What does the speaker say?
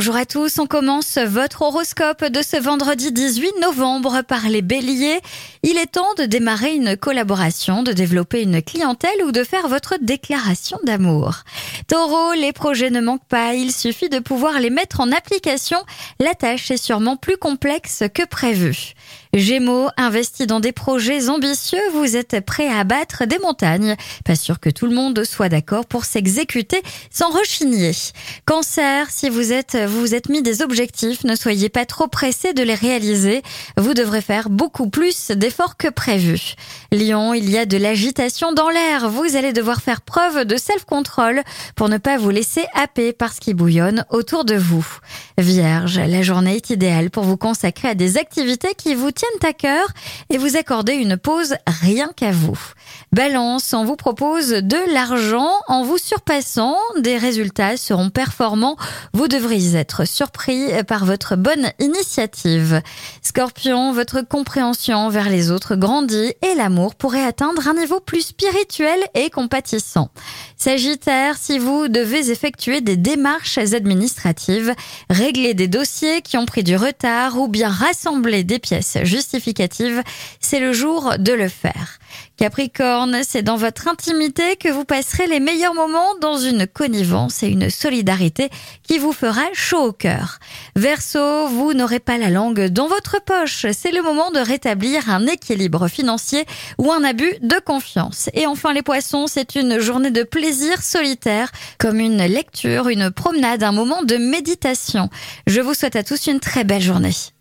Bonjour à tous, on commence votre horoscope de ce vendredi 18 novembre par les béliers. Il est temps de démarrer une collaboration, de développer une clientèle ou de faire votre déclaration d'amour. Taureau, les projets ne manquent pas, il suffit de pouvoir les mettre en application. La tâche est sûrement plus complexe que prévu. Gémeaux, investi dans des projets ambitieux, vous êtes prêt à abattre des montagnes. Pas sûr que tout le monde soit d'accord pour s'exécuter sans rechigner. Cancer, si vous êtes mis des objectifs, ne soyez pas trop pressé de les réaliser. Vous devrez faire beaucoup plus d'efforts que prévu. Lion, il y a de l'agitation dans l'air. Vous allez devoir faire preuve de self-control pour ne pas vous laisser happer par ce qui bouillonne autour de vous. Vierge, la journée est idéale pour vous consacrer à des activités qui vous tiennent à cœur et vous accorder une pause rien qu'à vous. Balance, on vous propose de l'argent en vous surpassant. Des résultats seront performants. Vous devriez être surpris par votre bonne initiative. Scorpion, votre compréhension envers les autres grandit et l'amour pourrait atteindre un niveau plus spirituel et compatissant. Sagittaire, si vous devez effectuer des démarches administratives, régler des dossiers qui ont pris du retard ou bien rassembler des pièces justificatives, c'est le jour de le faire. Capricorne, c'est dans votre intimité que vous passerez les meilleurs moments dans une connivence et une solidarité qui vous fera chaud au cœur. Verseau, vous n'aurez pas la langue dans votre poche. C'est le moment de rétablir un équilibre financier ou un abus de confiance. Et enfin les poissons, c'est une journée de plaisir solitaire, comme une lecture, une promenade, un moment de méditation. Je vous souhaite à tous une très belle journée.